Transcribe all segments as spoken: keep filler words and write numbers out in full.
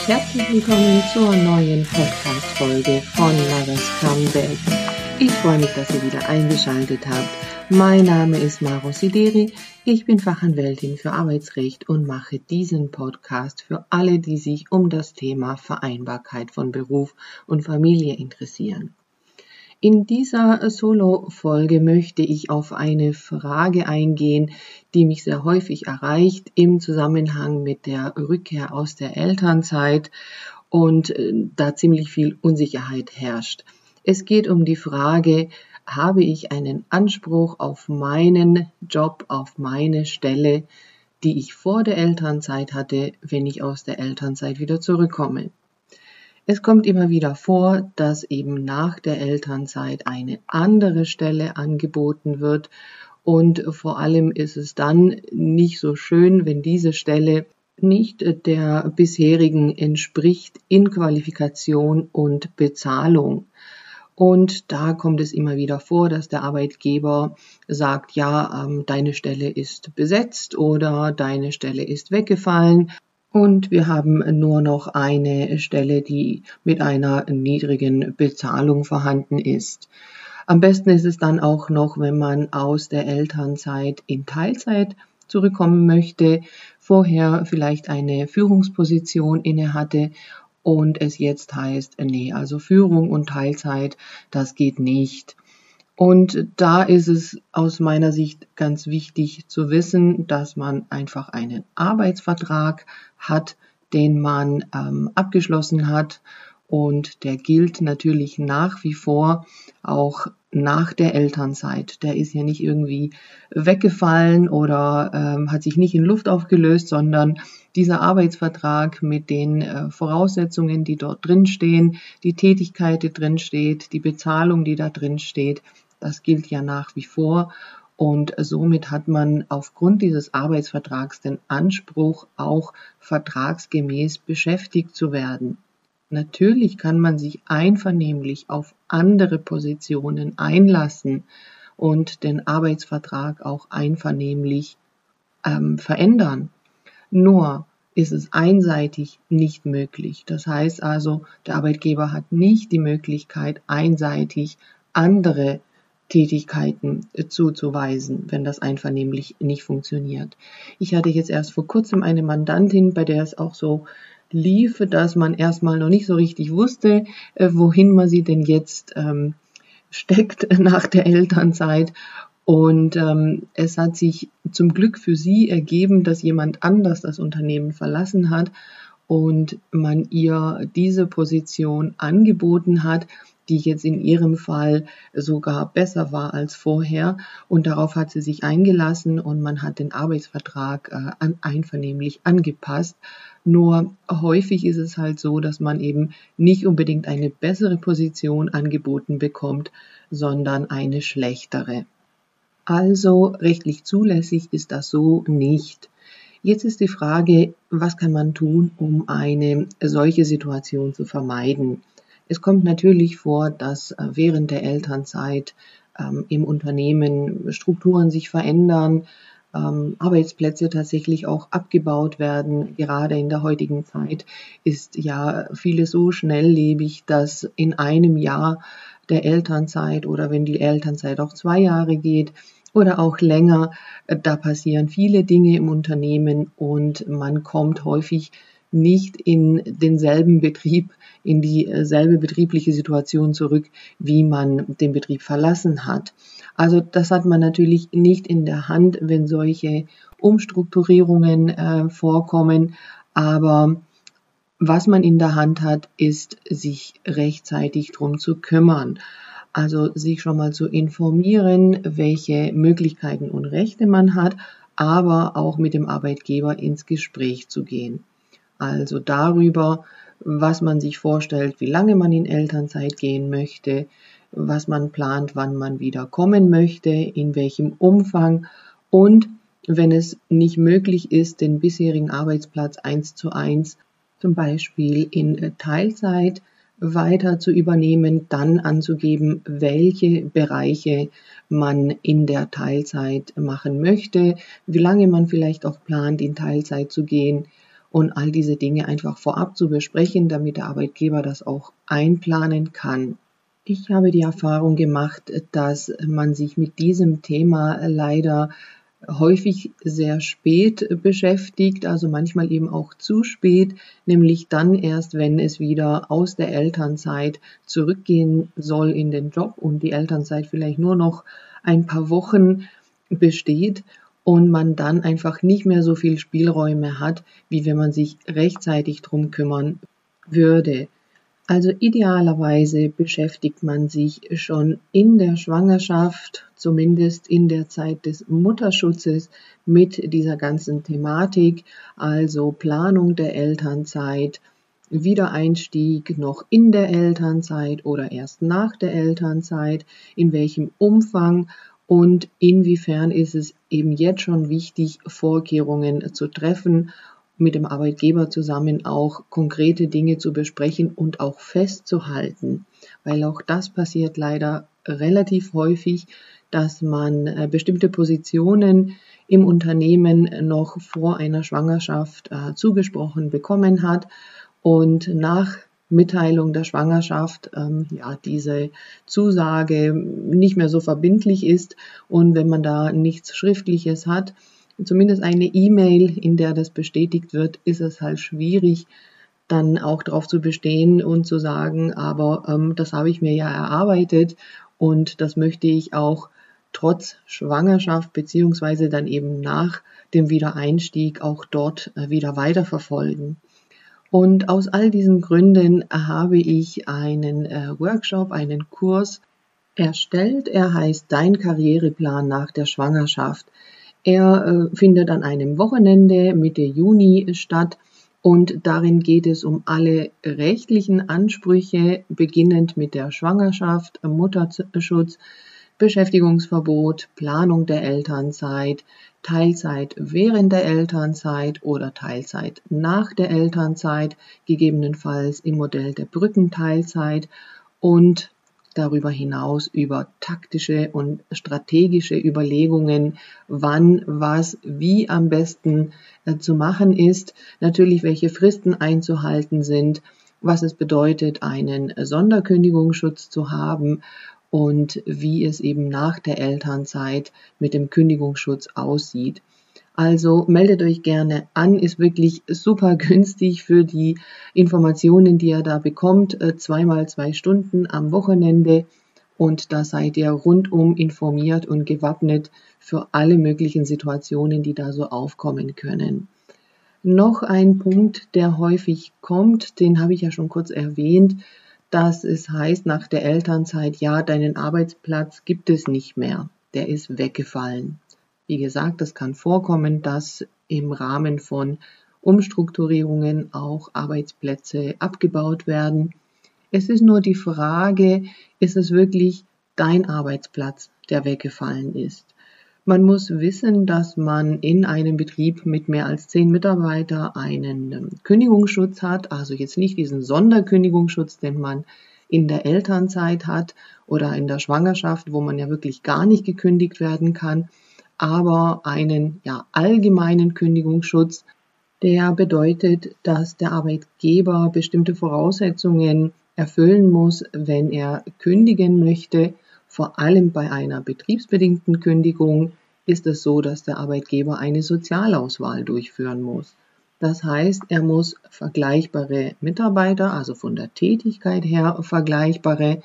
Herzlich willkommen zur neuen Podcast-Folge von Mothers Comeback. Ich freue mich, dass ihr wieder eingeschaltet habt. Mein Name ist Maro Sideri, ich bin Fachanwältin für Arbeitsrecht und mache diesen Podcast für alle, die sich um das Thema Vereinbarkeit von Beruf und Familie interessieren. In dieser Solo-Folge möchte ich auf eine Frage eingehen, die mich sehr häufig erreicht im Zusammenhang mit der Rückkehr aus der Elternzeit und da ziemlich viel Unsicherheit herrscht. Es geht um die Frage, habe ich einen Anspruch auf meinen Job, auf meine Stelle, die ich vor der Elternzeit hatte, wenn ich aus der Elternzeit wieder zurückkomme? Es kommt immer wieder vor, dass eben nach der Elternzeit eine andere Stelle angeboten wird und vor allem ist es dann nicht so schön, wenn diese Stelle nicht der bisherigen entspricht in Qualifikation und Bezahlung. Und da kommt es immer wieder vor, dass der Arbeitgeber sagt, ja, ähm, deine Stelle ist besetzt oder deine Stelle ist weggefallen. Und wir haben nur noch eine Stelle, die mit einer niedrigen Bezahlung vorhanden ist. Am besten ist es dann auch noch, wenn man aus der Elternzeit in Teilzeit zurückkommen möchte, vorher vielleicht eine Führungsposition inne hatte und es jetzt heißt, nee, also Führung und Teilzeit, das geht nicht. Und da ist es aus meiner Sicht ganz wichtig zu wissen, dass man einfach einen Arbeitsvertrag hat, den man ähm, abgeschlossen hat und der gilt natürlich nach wie vor auch nach der Elternzeit. Der ist ja nicht irgendwie weggefallen oder ähm, hat sich nicht in Luft aufgelöst, sondern dieser Arbeitsvertrag mit den äh, Voraussetzungen, die dort drin stehen, die Tätigkeit, die drin steht, die Bezahlung, die da drin steht, das gilt ja nach wie vor und somit hat man aufgrund dieses Arbeitsvertrags den Anspruch, auch vertragsgemäß beschäftigt zu werden. Natürlich kann man sich einvernehmlich auf andere Positionen einlassen und den Arbeitsvertrag auch einvernehmlich ähm, verändern. Nur ist es einseitig nicht möglich. Das heißt also, der Arbeitgeber hat nicht die Möglichkeit, einseitig andere Tätigkeiten zuzuweisen, wenn das einvernehmlich nicht funktioniert. Ich hatte jetzt erst vor kurzem eine Mandantin, bei der es auch so lief, dass man erstmal noch nicht so richtig wusste, wohin man sie denn jetzt ähm, steckt nach der Elternzeit. Und ähm, es hat sich zum Glück für sie ergeben, dass jemand anders das Unternehmen verlassen hat und man ihr diese Position angeboten hat, die jetzt in ihrem Fall sogar besser war als vorher. Und darauf hat sie sich eingelassen und man hat den Arbeitsvertrag äh, an, einvernehmlich angepasst. Nur häufig ist es halt so, dass man eben nicht unbedingt eine bessere Position angeboten bekommt, sondern eine schlechtere. Also rechtlich zulässig ist das so nicht. Jetzt ist die Frage, was kann man tun, um eine solche Situation zu vermeiden? Es kommt natürlich vor, dass während der Elternzeit ähm, im Unternehmen Strukturen sich verändern, ähm, Arbeitsplätze tatsächlich auch abgebaut werden. Gerade in der heutigen Zeit ist ja vieles so schnelllebig, dass in einem Jahr der Elternzeit oder wenn die Elternzeit auch zwei Jahre geht oder auch länger, da passieren viele Dinge im Unternehmen und man kommt häufig nicht in denselben Betrieb, in dieselbe betriebliche Situation zurück, wie man den Betrieb verlassen hat. Also das hat man natürlich nicht in der Hand, wenn solche Umstrukturierungen äh, vorkommen, aber was man in der Hand hat, ist, sich rechtzeitig drum zu kümmern. Also sich schon mal zu informieren, welche Möglichkeiten und Rechte man hat, aber auch mit dem Arbeitgeber ins Gespräch zu gehen. Also darüber, was man sich vorstellt, wie lange man in Elternzeit gehen möchte, was man plant, wann man wieder kommen möchte, in welchem Umfang und wenn es nicht möglich ist, den bisherigen Arbeitsplatz eins zu eins zum Beispiel in Teilzeit weiter zu übernehmen, dann anzugeben, welche Bereiche man in der Teilzeit machen möchte, wie lange man vielleicht auch plant, in Teilzeit zu gehen und all diese Dinge einfach vorab zu besprechen, damit der Arbeitgeber das auch einplanen kann. Ich habe die Erfahrung gemacht, dass man sich mit diesem Thema leider häufig sehr spät beschäftigt, also manchmal eben auch zu spät, nämlich dann erst, wenn es wieder aus der Elternzeit zurückgehen soll in den Job und die Elternzeit vielleicht nur noch ein paar Wochen besteht und man dann einfach nicht mehr so viel Spielräume hat, wie wenn man sich rechtzeitig drum kümmern würde. Also idealerweise beschäftigt man sich schon in der Schwangerschaft, zumindest in der Zeit des Mutterschutzes, mit dieser ganzen Thematik, also Planung der Elternzeit, Wiedereinstieg noch in der Elternzeit oder erst nach der Elternzeit, in welchem Umfang und inwiefern ist es eben jetzt schon wichtig, Vorkehrungen zu treffen, mit dem Arbeitgeber zusammen auch konkrete Dinge zu besprechen und auch festzuhalten, weil auch das passiert leider relativ häufig, dass man äh, bestimmte Positionen im Unternehmen noch vor einer Schwangerschaft äh, zugesprochen bekommen hat und nach Mitteilung der Schwangerschaft ähm, ja diese Zusage nicht mehr so verbindlich ist und wenn man da nichts Schriftliches hat, zumindest eine E-Mail, in der das bestätigt wird, ist es halt schwierig, dann auch darauf zu bestehen und zu sagen, aber ähm, das habe ich mir ja erarbeitet und das möchte ich auch trotz Schwangerschaft beziehungsweise dann eben nach dem Wiedereinstieg auch dort äh, wieder weiterverfolgen. Und aus all diesen Gründen habe ich einen äh, Workshop, einen Kurs erstellt. Er heißt Dein Karriereplan nach der Schwangerschaft. Er äh, findet an einem Wochenende Mitte Juni statt und darin geht es um alle rechtlichen Ansprüche, beginnend mit der Schwangerschaft, Mutterschutz, Beschäftigungsverbot, Planung der Elternzeit, Teilzeit während der Elternzeit oder Teilzeit nach der Elternzeit, gegebenenfalls im Modell der Brückenteilzeit und darüber hinaus über taktische und strategische Überlegungen, wann, was, wie am besten äh, zu machen ist, natürlich welche Fristen einzuhalten sind, was es bedeutet, einen Sonderkündigungsschutz zu haben und wie es eben nach der Elternzeit mit dem Kündigungsschutz aussieht. Also meldet euch gerne an, ist wirklich super günstig für die Informationen, die ihr da bekommt, zweimal zwei Stunden am Wochenende und da seid ihr rundum informiert und gewappnet für alle möglichen Situationen, die da so aufkommen können. Noch ein Punkt, der häufig kommt, den habe ich ja schon kurz erwähnt, dass es heißt nach der Elternzeit, ja, deinen Arbeitsplatz gibt es nicht mehr, der ist weggefallen. Wie gesagt, es kann vorkommen, dass im Rahmen von Umstrukturierungen auch Arbeitsplätze abgebaut werden. Es ist nur die Frage, ist es wirklich dein Arbeitsplatz, der weggefallen ist? Man muss wissen, dass man in einem Betrieb mit mehr als zehn Mitarbeitern einen Kündigungsschutz hat, also jetzt nicht diesen Sonderkündigungsschutz, den man in der Elternzeit hat oder in der Schwangerschaft, wo man ja wirklich gar nicht gekündigt werden kann, aber einen ja, allgemeinen Kündigungsschutz, der bedeutet, dass der Arbeitgeber bestimmte Voraussetzungen erfüllen muss, wenn er kündigen möchte. Vor allem bei einer betriebsbedingten Kündigung ist es so, dass der Arbeitgeber eine Sozialauswahl durchführen muss. Das heißt, er muss vergleichbare Mitarbeiter, also von der Tätigkeit her vergleichbare,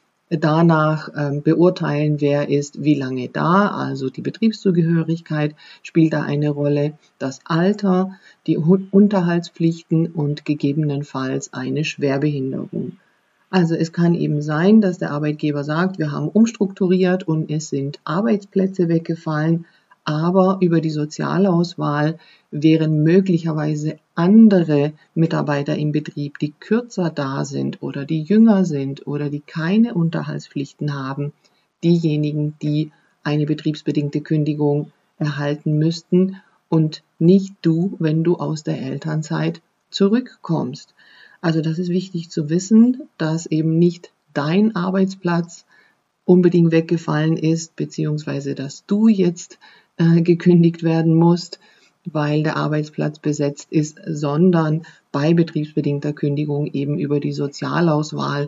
danach ähm, beurteilen, wer ist wie lange da, also die Betriebszugehörigkeit spielt da eine Rolle, das Alter, die Unterhaltspflichten und gegebenenfalls eine Schwerbehinderung. Also es kann eben sein, dass der Arbeitgeber sagt, wir haben umstrukturiert und es sind Arbeitsplätze weggefallen, aber über die Sozialauswahl wären möglicherweise andere Mitarbeiter im Betrieb, die kürzer da sind oder die jünger sind oder die keine Unterhaltspflichten haben, diejenigen, die eine betriebsbedingte Kündigung erhalten müssten und nicht du, wenn du aus der Elternzeit zurückkommst. Also das ist wichtig zu wissen, dass eben nicht dein Arbeitsplatz unbedingt weggefallen ist, beziehungsweise dass du jetzt äh, gekündigt werden musst. weil der Arbeitsplatz besetzt ist, sondern bei betriebsbedingter Kündigung eben über die Sozialauswahl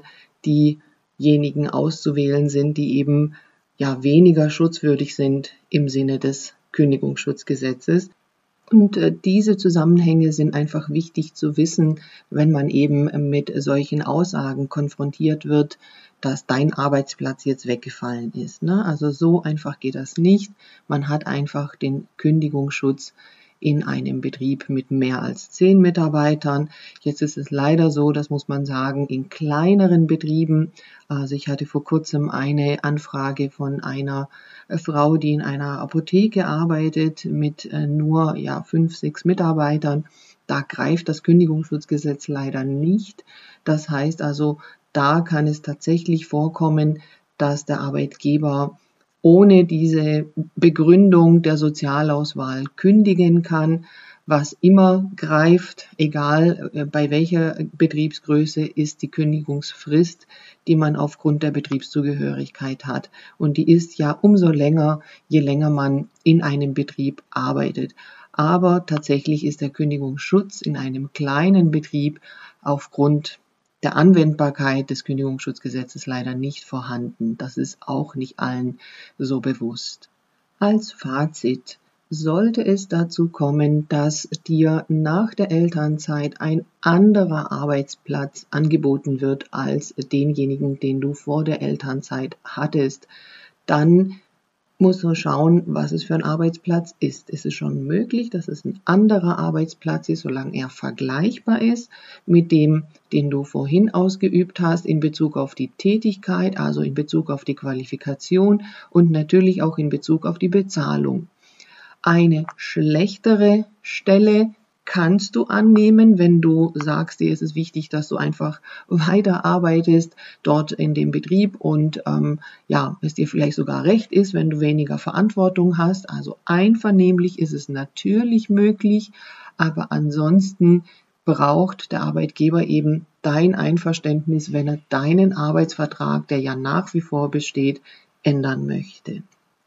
diejenigen auszuwählen sind, die eben ja weniger schutzwürdig sind im Sinne des Kündigungsschutzgesetzes. Und äh, diese Zusammenhänge sind einfach wichtig zu wissen, wenn man eben mit solchen Aussagen konfrontiert wird, dass dein Arbeitsplatz jetzt weggefallen ist. Ne? Also so einfach geht das nicht. Man hat einfach den Kündigungsschutz in einem Betrieb mit mehr als zehn Mitarbeitern. Jetzt ist es leider so, das muss man sagen, in kleineren Betrieben. Also ich hatte vor kurzem eine Anfrage von einer Frau, die in einer Apotheke arbeitet mit nur ja fünf, sechs Mitarbeitern. Da greift das Kündigungsschutzgesetz leider nicht. Das heißt also, da kann es tatsächlich vorkommen, dass der Arbeitgeber ohne diese Begründung der Sozialauswahl kündigen kann, was immer greift, egal bei welcher Betriebsgröße, ist die Kündigungsfrist, die man aufgrund der Betriebszugehörigkeit hat. Und die ist ja umso länger, je länger man in einem Betrieb arbeitet. Aber tatsächlich ist der Kündigungsschutz in einem kleinen Betrieb aufgrund der Anwendbarkeit des Kündigungsschutzgesetzes leider nicht vorhanden. Das ist auch nicht allen so bewusst. Als Fazit: Sollte es dazu kommen, dass dir nach der Elternzeit ein anderer Arbeitsplatz angeboten wird als denjenigen, den du vor der Elternzeit hattest, dann musst du schauen, was es für ein Arbeitsplatz ist. Es ist schon möglich, dass es ein anderer Arbeitsplatz ist, solange er vergleichbar ist mit dem, den du vorhin ausgeübt hast, in Bezug auf die Tätigkeit, also in Bezug auf die Qualifikation und natürlich auch in Bezug auf die Bezahlung. Eine schlechtere Stelle kannst du annehmen, wenn du sagst, dir ist es wichtig, dass du einfach weiterarbeitest dort in dem Betrieb und ähm, ja, es dir vielleicht sogar recht ist, wenn du weniger Verantwortung hast. Also einvernehmlich ist es natürlich möglich, aber ansonsten braucht der Arbeitgeber eben dein Einverständnis, wenn er deinen Arbeitsvertrag, der ja nach wie vor besteht, ändern möchte.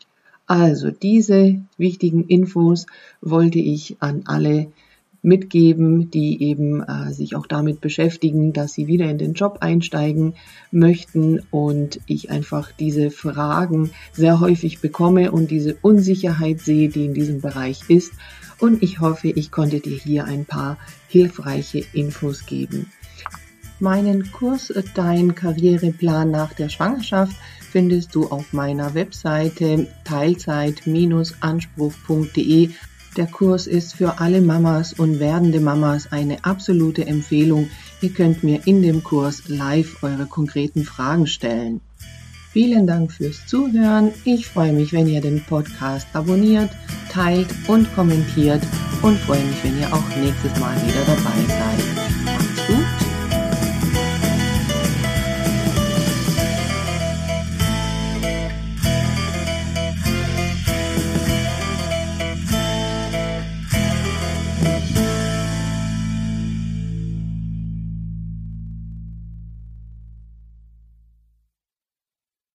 Also diese wichtigen Infos wollte ich an alle mitgeben, die eben äh, sich auch damit beschäftigen, dass sie wieder in den Job einsteigen möchten und ich einfach diese Fragen sehr häufig bekomme und diese Unsicherheit sehe, die in diesem Bereich ist. Und ich hoffe, ich konnte dir hier ein paar hilfreiche Infos geben. Meinen Kurs Dein Karriereplan nach der Schwangerschaft findest du auf meiner Webseite teilzeit anspruch punkt de. Der Kurs ist für alle Mamas und werdende Mamas eine absolute Empfehlung. Ihr könnt mir in dem Kurs live eure konkreten Fragen stellen. Vielen Dank fürs Zuhören. Ich freue mich, wenn ihr den Podcast abonniert, teilt und kommentiert und freue mich, wenn ihr auch nächstes Mal wieder dabei seid.